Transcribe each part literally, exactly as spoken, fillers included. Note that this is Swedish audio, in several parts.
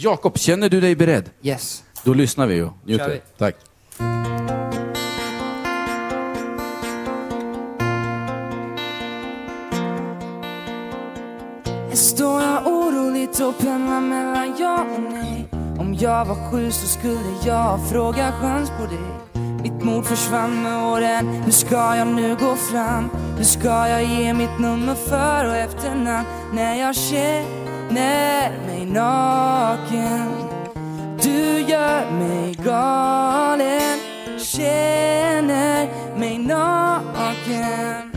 Jakob, känner du dig beredd? Yes. Då lyssnar vi ju. Njuter. Vi. Tack. Står jag oroligt och pendlar mellan ja och nej. Om jag var sjuk så skulle jag fråga chans på dig. Mitt mod försvann med åren. Hur ska jag nu gå fram? Hur ska jag ge mitt nummer för och efternamn? När jag känner mig naken. Du gör mig galen. Känner mig naken.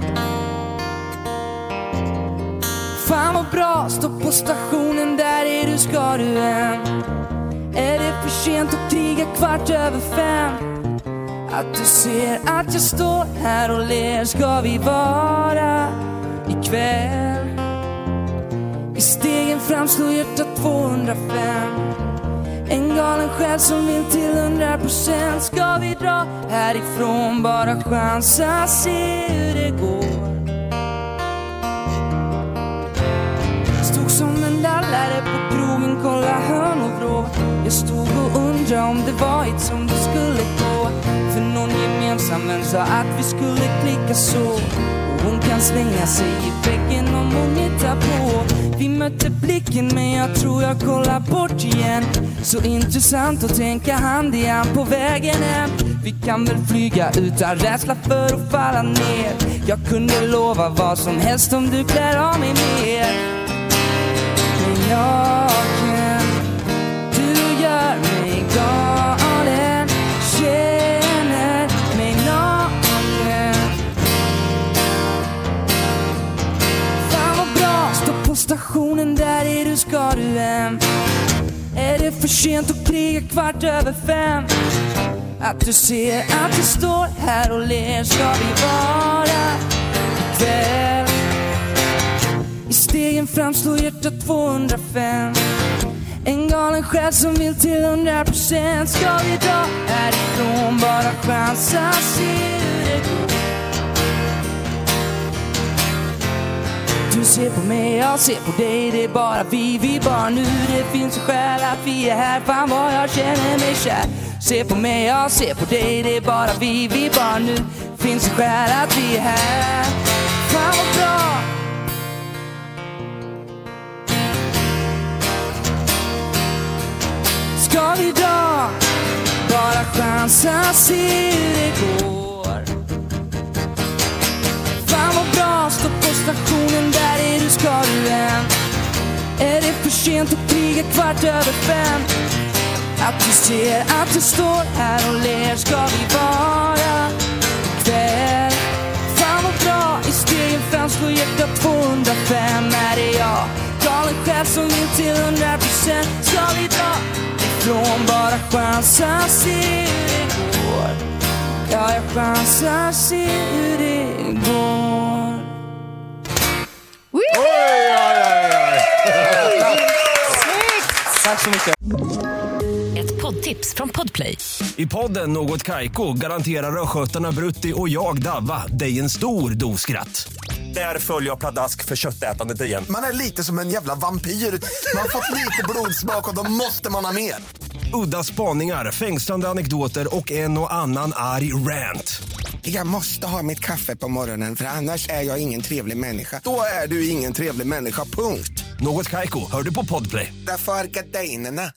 Fan vad bra, stå på stationen, där är du, ska du hem. Är det för sent att kriga kvart över fem? Att du ser att jag står här och ler, ska vi vara ikväll? I stegen fram slår hjärtat tvåhundrafem. En galen själ som vill till hundra procent. Ska vi dra härifrån, bara chansa, se hur det går. Stod som en lallare på krogen, kolla hörn och vrå. Jag stod och undrade om det var ett som det skulle gå. För någon gemensam vän sa att vi skulle klicka så. Och hon kan slänga sig i väggen om hon hittar på. Vi mötte blicken men jag tror jag kollar bort igen. Så intressant att tänka hand i hand på vägen hem. Vi kan väl flyga utan rädsla för att falla ner. Jag kunde lova vad som helst om du klär av mig mer. Naken, du gör mig galen. Känner mig naken. Fan vad bra, stå på stationen, där är du, ska du hem. Är det för sent att kriga kvart över fem? Att du ser att jag står här och ler, ska vi vara ikväll? I stegen fram slår hjärtat tvåhundrafem. En galen själ som vill till hundra procent. Ska vi dra härifrån, bara chansa, se hur det går. Du ser på mig, jag ser på dig. Det är bara vi, vi bara nu. Det finns en skäl att vi är här. Fan vad jag känner mig kär. Se på mig, jag ser på dig. Det är bara vi, vi bara nu. Det finns en skäl att vi är här. Fan vad bra. Ska vi dra, bara chansa, se hur det går. Fan vad bra, stå på stationen, där är du, ska du hem. Är det för sent att kriga kvart över fem? Att du ser att du står här och ler, ska vi vara ikväll? Fan vad bra, i stegen fram slår hjärtat tvåhundrafem. Är det jag, galen själ som vill till hundra procent? Ska vi dra från, bara chansa, se hur det går. Ja, jag chansar, se hur det går. Oj, oj, oj, oj. Tack så mycket. Ett poddtips från Podplay. I podden Något Kaiko garanterar röskötarna Brutti och jag Davva dig en stor doskratt. Där följer jag pladask för köttätandet igen. Man är lite som en jävla vampyr. Man har fått lite blodsmak och då måste man ha mer. Udda spaningar, fängslande anekdoter och en och annan arg rant. Jag måste ha mitt kaffe på morgonen, för annars är jag ingen trevlig människa. Då är du ingen trevlig människa, punkt. Något Kaiko, hör du på Podplay. Därför är gardinerna.